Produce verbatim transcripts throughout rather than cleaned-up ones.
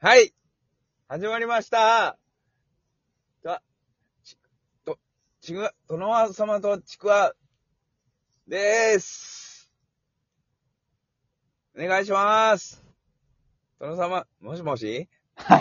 はい。始まりました。だ、ち、と、ちぐわ、殿は様とちくわでーす。お願いします。殿様、もしもしはい。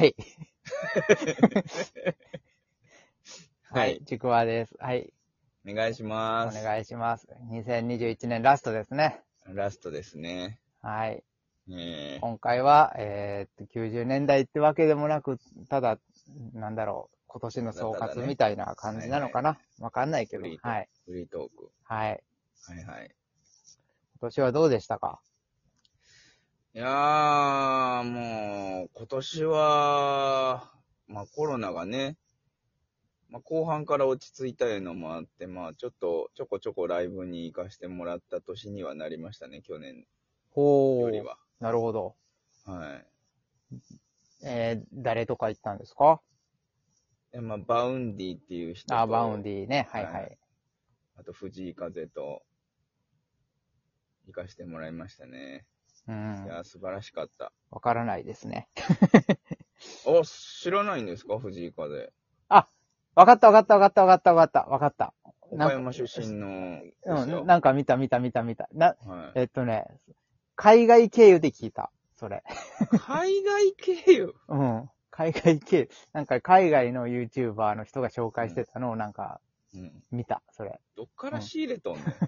ははい、 い。 ちくわです。はい。 お願いしまおす。 願いします。にせんにじゅういちねんラストですね。 ラストですね。 はい。 え今回は、えーっと、きゅうじゅうねんだいってわけでもなく、ただ、なんだろう、今年のー、ただ総ただね。 括みたいな感じはいはい。 なのかなわかんないけど。 フリートーク。 はい。 フリートーク。 はい。 はいはい。 今年はどうでしたか？ いやー、もう、今年は、まあコロナがね、まあ、後半から落ち着いたいうのもあって、まあ、ちょっと、ちょこちょこライブに行かしてもらった年にはなりましたね、去年よりほは。 ー、なるほど。 はい。 えー、誰とか行ったんですか？ で、まあ、バウンディっていう人あ、バウンと、 ディね。はいははい。 い。 あと、藤井風と行かしてもらいましたね。 うん。 いや、素晴らしかった。 わからないですね。 あ、知らないんですか、藤井風。 あ、わかったわかったわかったわかったわかった。わかった。なんか、 岡山出身のですうん、 よ。 なんか見た見た見た見た。な、 はい。 えっとね、海外経由で聞いた。それ。 海外経由。 うん。海外経由。なんか海外の YouTuber の人が紹うん。 介してたのをなんかうん。 見た。それ。 どっかうん。 ら仕入れとんね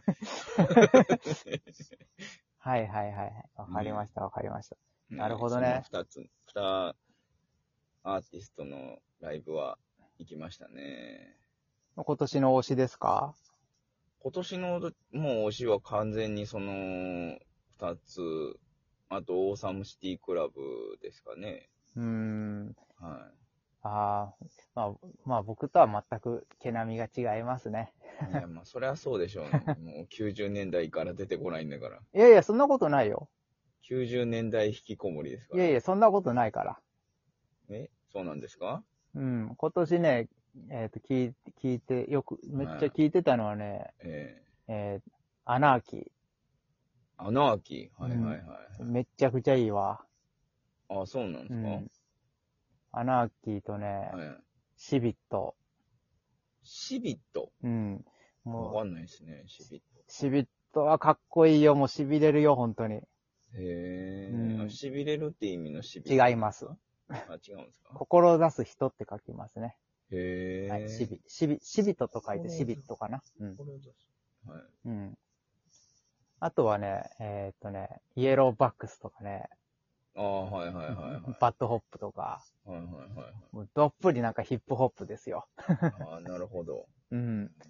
はいはいはいはい。わん。ねかりましたわかりました。 え。 なるねえ、そのほどね。 二つ、二アーティストのライブは行きましたね。 今年の推しですか？ 今年のもう推しは完全にその二つ、あとオーサムシティクラブですかね。 うーん。 はああ、まあ、まあ僕とは全く毛並みが違いますね。 い。いや、まあ、そりゃそうでしょうね。もうきゅうじゅうねんだいから出てこないんだから。 いやいや、そんなことないよ。 きゅうじゅうねんだい引きこもりですから。 いやいや、そんなことないから。 え、そうなんですか？ うん、今年ね、えっと、聞いて、聞いて、よく、めっちゃはい。 聞いてたのはね、 ええー、アナーキー、アナーキー。 ー。うはいはいはい。 ん。めっちゃくちゃいいわ。 あ、そうなんですか？はうん。アナーキーとね、 い。 シビット。 シビット。 うん。もわかんないですね、シビット。 う、シビットはかっこいいよ。もう痺れるよ、本当に。 へえ、あ、 うん。 痺れるって意味のシビッ違います。 トなんですか？あ、違うんですか？ 志す人って書きますね。はい。シへえ。 ビ、シビ、シビットと書いてシビッ志トかな。うん。 志はい。 うん。あとはね、えーっとね、イエローバックスとかね、 ああ、はいはいはいはい。 バッドホップとか、 はいはいはいはい。 もうどっぷりなんかヒップホップですよ。 ああ、なるほど。 うん。 う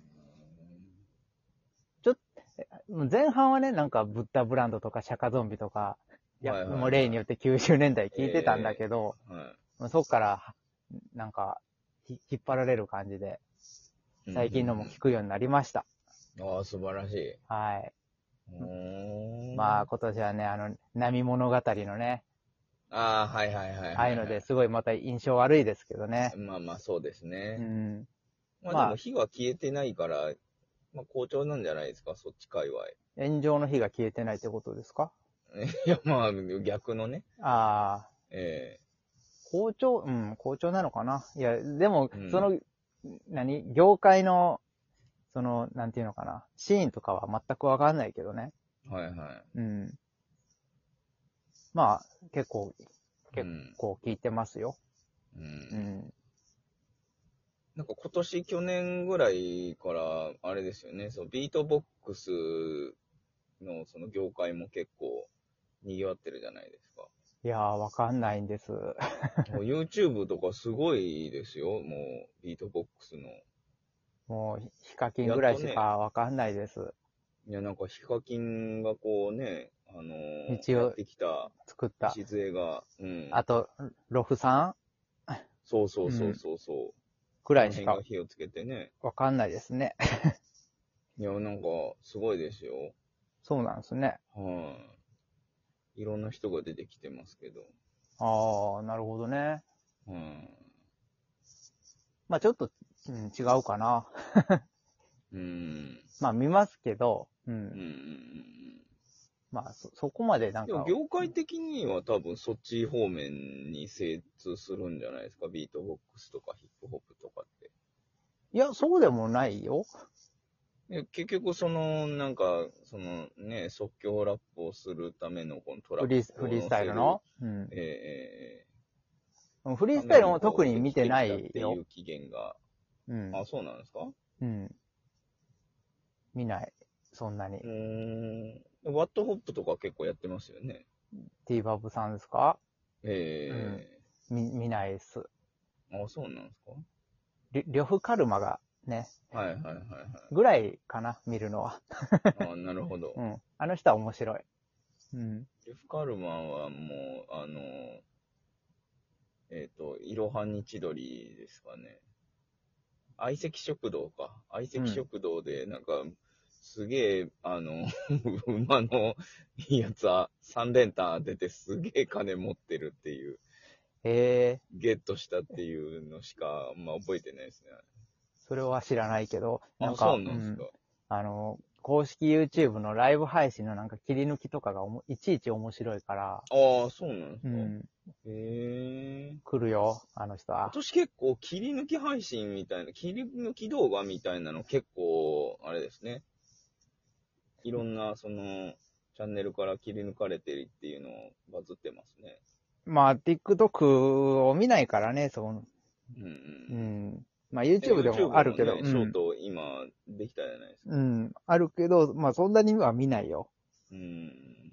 ちょっと、前半はね、なんかブッダブランドとかシャカゾンビとか、いや、 ーんはいはいもう例にはい。 よってきゅうじゅうねんだい聞いてたんだえけど、 えはもうそっから、なんか、ひ引っ張られる感じで、 い。うん最近のも聞くようになりました。 うんうん。ああ、素晴らしい。 はい。 うーん。 まあ今年はね、あの、波物語のね、 ああ、はいはいはいはいああいうのですごいまた印象悪いですけどね。 はい。まあまあ、そうですね。 うん。 まあでもま火は消えてないから、まあ好調なんじゃないですか、そっち界隈。 あ、炎上の火が消えてないってことですか？ いや、まあ、逆のね。 ああ、 え好調、うん、好調なのかな。いや、でも、 えうん。 その、何業界の、その、なんていうのかな。シーンとかは全くわかんないけどね。 はいはうん。まあ、結構、 い。う結ん。 構聞いてますよ。 うん。 うん。 なんか今年、去年ぐらいから、あれですよね、そのビートボックスのその業界も結構賑わってるじゃないですか。 いやー、わかんないんです。 もう YouTube とかすごいですよ、もうビートボックスの。 もう、ヒカキンやぐらいしっとね、 かわかんないです。 いやなんかヒカキンがこうね、あのーやっ道をてきた作った。 礎が、うん、 あと、ロフさそうそうそうんうん。 そうそう、 くその辺らいしかが火をつけてね、 わかんないですね。 いやなんかすごいですよ。 そうなんですね。 はい、いろんな人が出てきてますけど。 ああ、なるほどね。 うん。 まあちょっと、うん、違うかな。 うん。 まあ見ますけど、ううん。うん。 ん。 まあ、そ、そこまでなんか。 でも業界的には多分そっち方面に精通するんじゃないですか。ビートボックスとかヒップホップとかって。 いや、そうでもないよ。 で結局その、なんか、そのね、即興ラップをするためのこのトラッフリー、 クをフリースタイル載の。うん。 せる、えフリーー、 スタイルも特に見てなためにこうできてきたっていいよ。 う期限が。 うん。 あ、そうなんですか？ うん。見ない。そんなに。 うーん。ワットホップとか結構やってますよね。 ティーバブさんですか？ えみ、見ないっす。 えー。あ、そうなんですか？ り呂布カルマがね、 はいはいはいはい。 ぐらいかな、見るのは。 あ、なるほど。 うん。あの人は面白い。うん。 レフカルマンはもう、あの、えっ、と、いろはにちどりですかね。相席食堂か。相席食堂で、なんか、すげえ、あの、馬のやつはさん連単当ててすげえ金持ってるっていう、 へえ、 ゲットしたっていうのしか、まあ覚えてないですね。 それは知らないけど、なんあ、そか、 うなんですか。 うん。あの、公式 YouTube のライブ配信のなんか切り抜きとかがおもいちいち面白いから、 ああ、そうなんですか。 うん。 へえ。 来るよ、あの人は。 私結構切り抜き配信みたいな、切り抜き動画みたいなの結構、あれですね。いろんな、その、チャンネルから切り抜かれてるっていうのをバズってますね。 まあ、TikTok を見ないからね、その、 うんうん。 ううん、 ん。まあ YouTube でもあるけど、 ね、 うん。 ショート今できたじゃないですか。 うん。あるけど、まあそんなには見ないよ。 うん。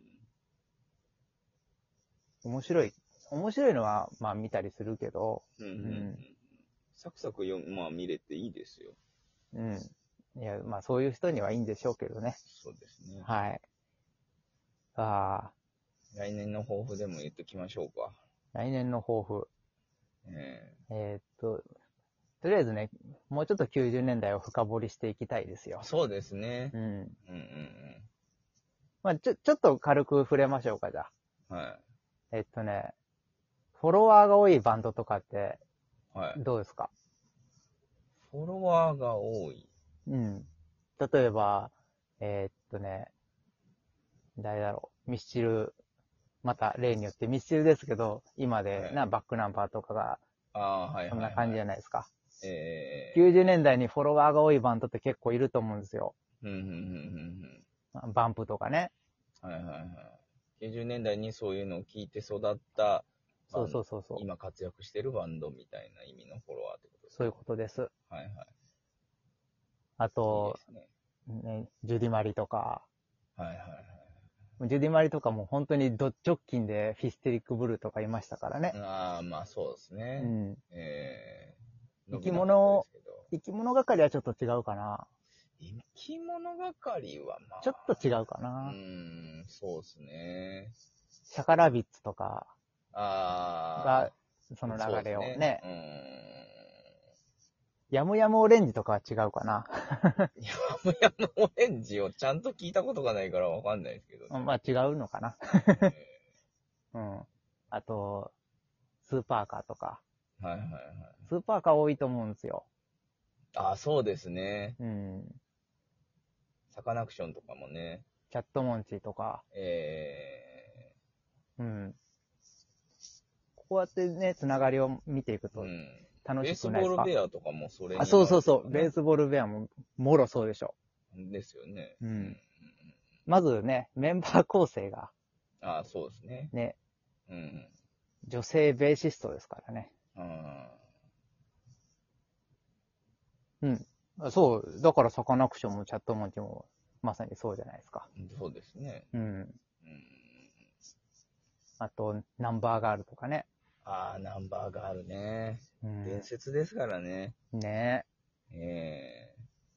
面白い。面白いのは、まあ見たりするけど、 うんうんう。 うんサクサク読む、まあ見れていいですよ。 ん。うん。いや、まあそういう人にはいいんでしょうけどね。 そうですね。 はい。ああ、 来年の抱負でも言っときましょうか。 来年の抱負。 ええーっと、とりあえずね、もうちょっときゅうじゅうねんだいを深掘りしていきたいですよー、。そうですね。 うん。 うんうんまあちょ、ちょっと軽く触れましょうか、じゃあ。 うん。はえっとね、フォロワーが多いバンドとかってい。はい。 どうですか？ フォロワーが多い。 うん。例えば、えーっとね、誰だろう。ミスチル、また例によってミスチルですけど、今ではい。 な、バックナンバーとかが、 ああ、はいそんな感じじはいはい。 ゃないですか。 えきゅうじゅうねんだいにフォロワーが多いバンドって結構いると思うんですよ。 ー、うんうんうんうんバンプとかね。 うん。はいはいはい。きゅうじゅうねんだいにそういうのを聞いて育ったそうバンそうそうそう。 今活躍してるバンドみたいな意味のフォロワーってことですか？ そういうことです。 はいはい。いいであと、 すね。 ね、ジュディマリとか、 はいはいはい。 ジュディマリとかも本当にド直近でフィステリックブルーとかいましたからね。 ああ、まあそうですね。 うん。 えー、 生き伸びなかったで物すけど。 生き物係はちょっと違うかな。 生き物係はまあ、 ちょっと違うかうな。 ーん、そうですね。 シャカラビッツとかが、 ああ、 そのそうです流れをね。 ね。うーん。 ヤムヤムオレンジとかは違うかな。 ヤムヤムオレンジをちゃんと聞いたことがないからわかんないですけどね。 まあ違うのかな。 えうん。あと、スーパーカーとか。 ーはいはいはい。 スーパーカー多いと思うんですよ。 あ、そうですね。 うん。 サカナクションとかもね。 キャットモンチーとか。 えうん。こうやってね、つながりを見ていくー、うとん。 楽しベースくないですか？ ボールベアとかもそれあ、 にそうなるんですよね。 そうそう。ベースボールベアも、もろそうでしょ。 ですよね。 うん。 うんうんうん。 まずね、メンバー構成が、 ああ、そうですね。 ね、 うん。 女性ベーシストですからね。 あうん。あそう。だからサカナクションもチャットモンチも、まさにそうじゃないですか。 ーそうですね。 うん。 うん。 あと、ナンバーガールとかね。 ああ、ナンバーガールね。 うん伝。説ですからね。 ねえ。 え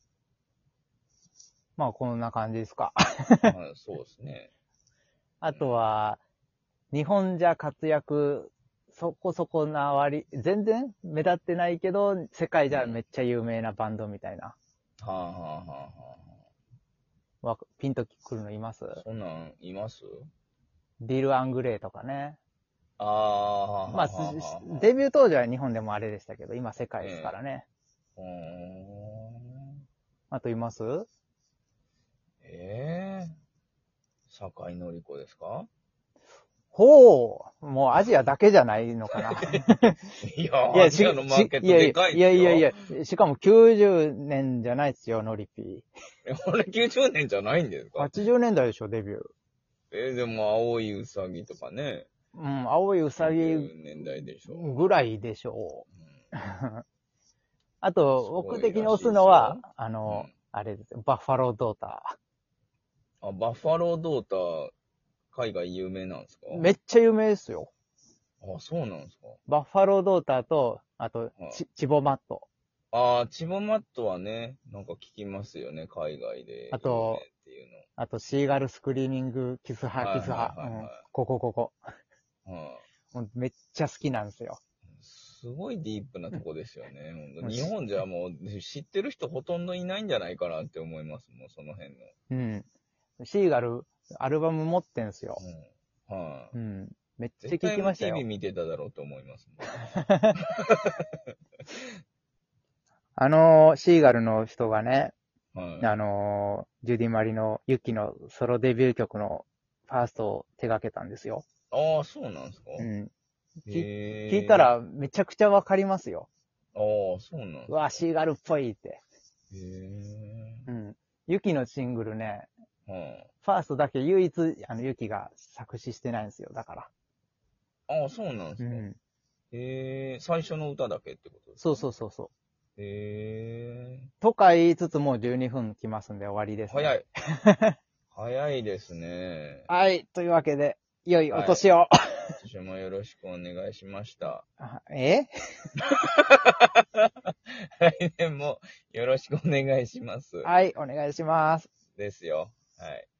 まあ、こんな感じですか。 えまあ、そうですね。 あとは、日本じゃ活躍、そこそこな割、全然目立ってないけど、世界じゃめっちゃ有名なバンドみたいな。 はあはあはあはあ。 わピンとくるのいます？ そんなんいますビル・アングレイとかね。 ああ、はあまあ、 はあはあ。 デビュー当時は日本でもあれでしたけど、今世界ですからね。 ええあといます？ ええ坂井のり子ですか？ ほう、もうアジアだけじゃないのかな。 いや、 いや、 アジアのマーケットでかいいやいやいや。 やいや、しかもきゅうじゅうねんじゃないですよ、ノリピー。 俺きゅうじゅうねんじゃないんですか？ はちじゅうねんだいでしょ、デビュー。 えーでも、青いうさぎとかね。 うん、青いうさきゅうぎじゅうねんだいでしょ。 ぐらいでしょう。 うんあと、僕的に押すのは、あの、 うんあれですよ、バッファロードータあ、バッファロードーター、海外有名なんですか？ ー。めっちゃ有名ですよ。 あ、そうなんですか？ バッファロードーターと、あと、チチボマット。 ああ、チボマットはね、なんか聞きますよね、海外で。 あと有名っていうの。 あと、シーガルスクリーニング、キスハ、 はいキスハ。 はいはいはいうん。ここここ。 はもうめっちゃ好きなんですよ。 い、すごいディープなとこですよね。本当うん日本じゃもう知ってる人ほとんどいないんじゃないかなって思いますもん、その辺の。 うん。シーガル、アルバム持ってんすよ。 うん。はい、 うん。めっちゃ絶対聞きましたテレビよ。 見てただろうと思いますもん。 あの、シーガルの人がね、 はい、 あの、ジュディマリのユキのソロデビュー曲のファーストを手掛けたんですよ。 ああ、そうなんですか？ うん。 へー聞いたらめちゃくちゃわかりますよ。 ああ、そうなんですか？ うわ、シーガルっぽいって。 へえ。 うん。ユキのシングルね、 はファーストだけ唯一、あの、ユキが作詞してないんですよ。だから。 あ、ああ、そうなんですか？ うん。 へえ、最初の歌だけってことですか？ そうそうそうそう。 へえ。 とか言いつつもうじゅうにふん来ますんで終わりです、ね。 早い。早いですね。 はい。というわけで、良いおはい年を。 私もよろしくお願いしました。 あえ来年もよろしくお願いします。 はい、お願いします。 ですよ。はい。